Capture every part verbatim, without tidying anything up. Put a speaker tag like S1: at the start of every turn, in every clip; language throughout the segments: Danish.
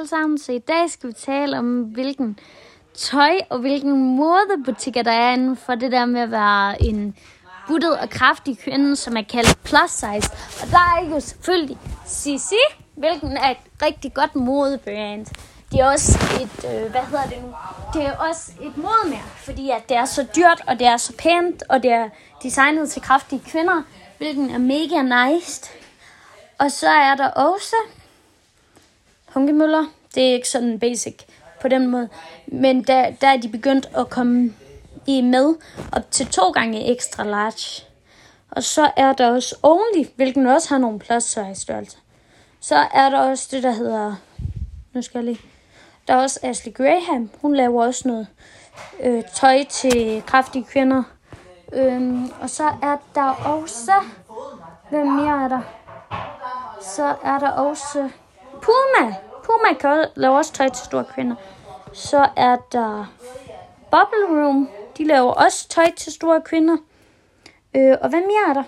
S1: alle sammen. Så i dag skal vi tale om, hvilken tøj og hvilken modebutikker der er inden for det der med at være en buttet og kraftig kvinde, som er kaldt plus size. Og der er jo selvfølgelig C C, hvilken er et rigtig godt modebrand. Det er også et, øh, hvad hedder det nu? Det er også et modemærke, fordi at det er så dyrt, og det er så pænt, og det er designet til kraftige kvinder, hvilken er mega nice. Og så er der også hunkemøller. Det er ikke sådan basic på den måde, men der, der er de begyndt at komme i med op til to gange extra large. Og så er der også Only, hvilken også har nogle plus size størrelser. Så er der også det, der hedder, nu skal jeg lige, der er også Ashley Graham. Hun laver også noget øh, tøj til kraftige kvinder. Øhm, og så er der også, hvem mere er der? Så er der også Puma. Puma kan lave også tøj til store kvinder. Så er der Bubble Room. De laver også tøj til store kvinder. Øh, og hvem mere er der?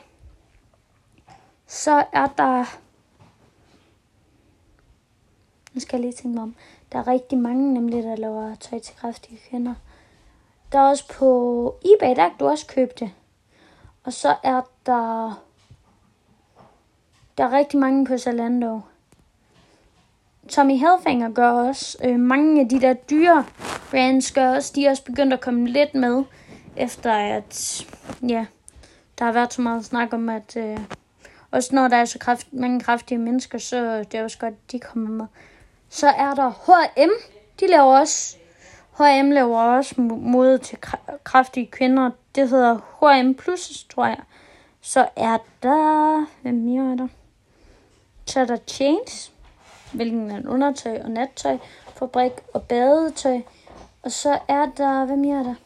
S1: Så er der, nu skal jeg lige tænke mig om. Der er rigtig mange nemlig, der laver tøj til kraftige kvinder. Der er også på eBay, der kan du også købe det. Og så er der, der er rigtig mange på Zalando. Tommy Hilfiger gør også. Øh, mange af de der dyre brands gør også. De er også begyndt at komme lidt med. Efter at, ja, der har været så meget snak om, at øh, også når der er så kraft, mange kraftige mennesker, så det er også godt, at de kommer med. Så er der H og M. De laver også, H og M laver også mode til kraftige kvinder. Det hedder H og M Plus, tror jeg. Så er der, hvem mere er der? Så er der Chains, hvilken er en undertøj og nattøj, fabrik og badetøj. Og så er der, hvem mere er der?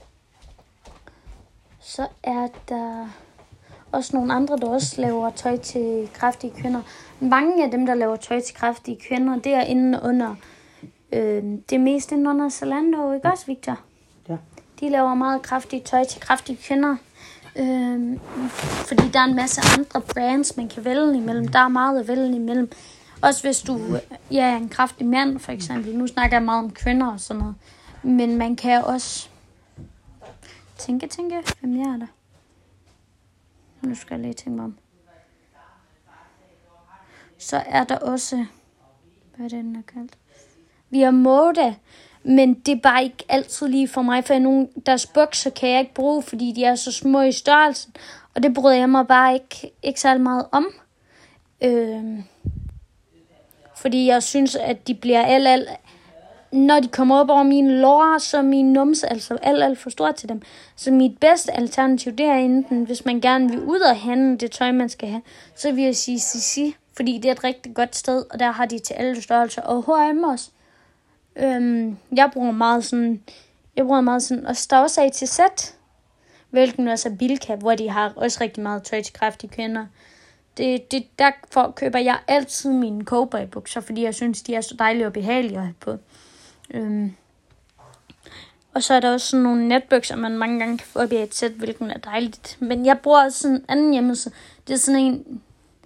S1: Så er der også nogle andre, der også laver tøj til kraftige kvinder. Mange af dem, der laver tøj til kraftige kvinder, det er inde under, øh, det er mest inde under Zalando, ikke også, Victor?
S2: Ja.
S1: De laver meget kraftige tøj til kraftige kvinder. Øh, fordi der er en masse andre brands, man kan vælge imellem. Der er meget at vælge imellem. Også hvis du ja, er en kraftig mand, for eksempel. Nu snakker jeg meget om kvinder og sådan noget. Men man kan også tænke, tænke, hvem jeg er der. Nu skal jeg lige tænke mig om. Så er der også, hvad er det, den er kaldt? Vi har Moda, men det er bare ikke altid lige for mig, for nogle, deres bukser kan jeg ikke bruge, fordi de er så små i størrelsen, og det bryder jeg mig bare ikke, ikke særlig meget om. Øhm, fordi jeg synes, at de bliver alt, alt, når de kommer op over mine lår, så er min numse altså alt, alt for stor til dem. Så mit bedste alternativ, det er enten, hvis man gerne vil ud og handle det tøj, man skal have, så vil jeg sige C C, fordi det er et rigtig godt sted, og der har de til alle størrelser, og H og M også. Øhm, jeg bruger meget sådan, jeg bruger meget sådan, og der er også A T Z, hvilken også er Bilka, hvor de har også rigtig meget tøj til kraftige kvinder. Det, det, derfor køber jeg altid mine cowboybukser, fordi jeg synes, de er så dejlige og behagelige at have på. Øhm. Og så er der også sådan nogle netbukser, man mange gange kan få op i et sæt, hvilken er dejligt. Men jeg bruger også sådan en anden hjemmeside. Det er sådan en,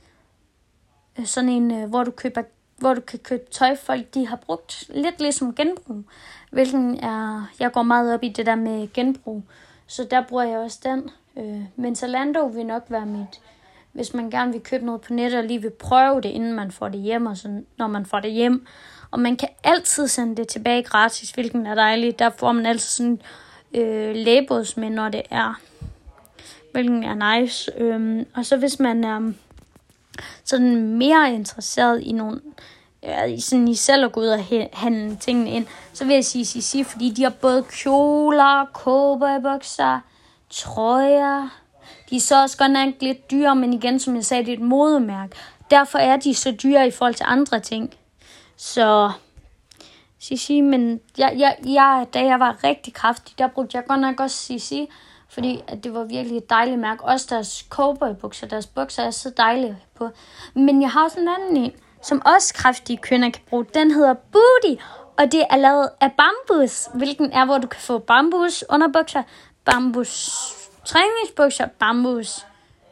S1: sådan en hvor du køber, hvor du kan købe tøj, folk de har brugt. Lidt ligesom genbrug. Hvilken er, jeg går meget op i det der med genbrug. Så der bruger jeg også den. Øh, men Zalando vil nok være mit, hvis man gerne vil købe noget på nettet og lige vil prøve det, inden man får det hjem, og så når man får det hjem. Og man kan altid sende det tilbage gratis, hvilken er dejligt. Der får man altid sådan øh, labels med, når det er, hvilken er nice. Øhm, og så hvis man er sådan mere interesseret i nogle, ja, sådan i selv at gå ud og handle tingene ind, så vil jeg sige C C, fordi de har både kjoler, cowboybukser, trøjer. De er så også godt nok lidt dyre, men igen, som jeg sagde, det er et modemærke. Derfor er de så dyre i forhold til andre ting. Så C C, men jeg, jeg, jeg, da jeg var rigtig kraftig, der brugte jeg godt nok også C C, fordi at det var virkelig et dejligt mærke. Også deres cowboybukser, deres bukser er så dejlige på. Men jeg har også en anden en, som også kraftige kvinder kan bruge. Den hedder Booty, og det er lavet af bambus, hvilken er, hvor du kan få bambus underbukser, bambus træningsbukser, bambus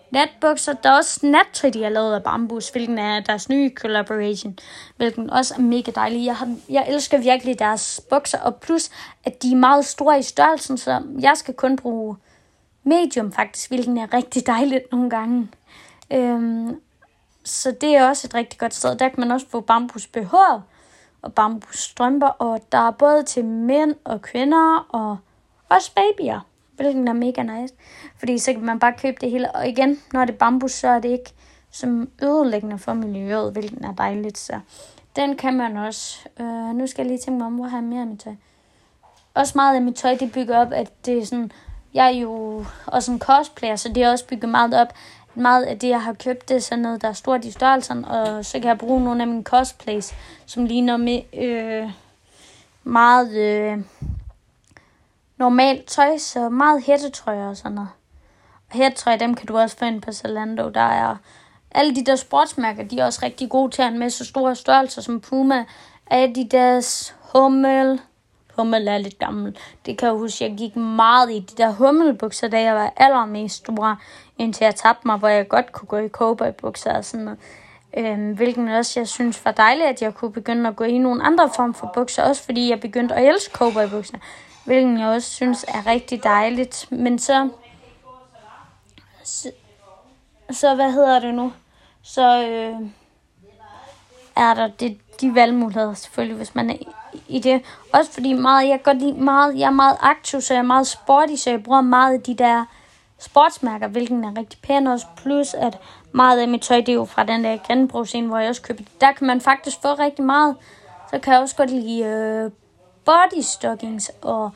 S1: natbukser. Der er også nattøj, de har lavet af bambus, hvilken er deres nye collaboration, hvilken også er mega dejlig. Jeg, har, jeg elsker virkelig deres bukser, og plus, at de er meget store i størrelsen, så jeg skal kun bruge medium faktisk, hvilken er rigtig dejligt nogle gange. Øhm, så det er også et rigtig godt sted. Der kan man også få bambus B H og bambus strømper, og der er både til mænd og kvinder, og også babyer, hvilken er mega nice. Fordi så kan man bare købe det hele. Og igen, når det er bambus, så er det ikke som ødelæggende for miljøet, hvilken er dejligt. Så den kan man også. Øh, nu skal jeg lige tænke mig om, hvor har jeg mere af mit tøj. Også meget af mit tøj, det bygger op, at det er sådan, jeg er jo også en cosplayer, så det er også bygget meget op. Meget af det, jeg har købt, det er sådan noget, der er stort i størrelsen, og så kan jeg bruge nogle af mine cosplays, som ligner med øh, meget øh, normalt tøj, så meget hættetrøjer og sådan noget. Og hættetrøjer, dem kan du også få ind på Zalando. Der er alle de der sportsmærker, de er også rigtig gode til at have med så store størrelser som Puma, Adidas, Hummel. Hummel er lidt gammel. Det kan jeg huske, jeg gik meget i de der hummelbukser, da jeg var allermest store, indtil jeg tabte mig, hvor jeg godt kunne gå i cowboybukser og sådan noget. Øhm, hvilken også jeg synes var dejligt, at jeg kunne begynde at gå i nogle andre former for bukser, også fordi jeg begyndte at elske cowboybukser, hvilken jeg også synes er rigtig dejligt. Men så, så, så hvad hedder det nu? Så øh, er der det, de valgmuligheder selvfølgelig, hvis man er i, i det. Også fordi meget, jeg, godt lide meget, jeg er meget aktiv, så jeg er meget sporty, så jeg bruger meget af de der sportsmærker, hvilken er rigtig pæne også. Plus at meget af mit tøj, det er jo fra den der genbrugsscene, hvor jeg også køber det. Der kan man faktisk få rigtig meget. Så kan jeg også godt lide øh, body stockings og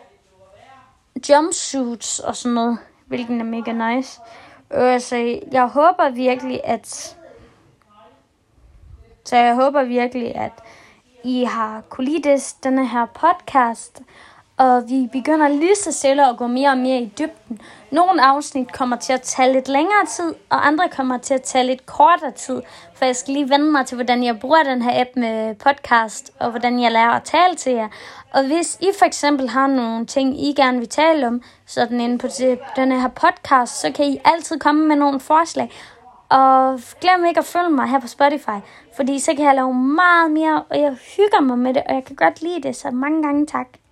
S1: jumpsuits og sådan noget, hvilken er mega nice. Øh, så jeg håber virkelig, at så jeg håber virkelig, at I har kunne lide det, denne her podcast, og vi begynder lige så stille at gå mere og mere i dybden. Nogle afsnit kommer til at tage lidt længere tid, og andre kommer til at tage lidt kortere tid, for jeg skal lige vende mig til, hvordan jeg bruger den her app med podcast, og hvordan jeg lærer at tale til jer. Og hvis I for eksempel har nogle ting, I gerne vil tale om, sådan inde på denne her podcast, så kan I altid komme med nogle forslag. Og glem ikke at følge mig her på Spotify, fordi så kan jeg lave meget mere, og jeg hygger mig med det, og jeg kan godt lide det, så mange gange tak.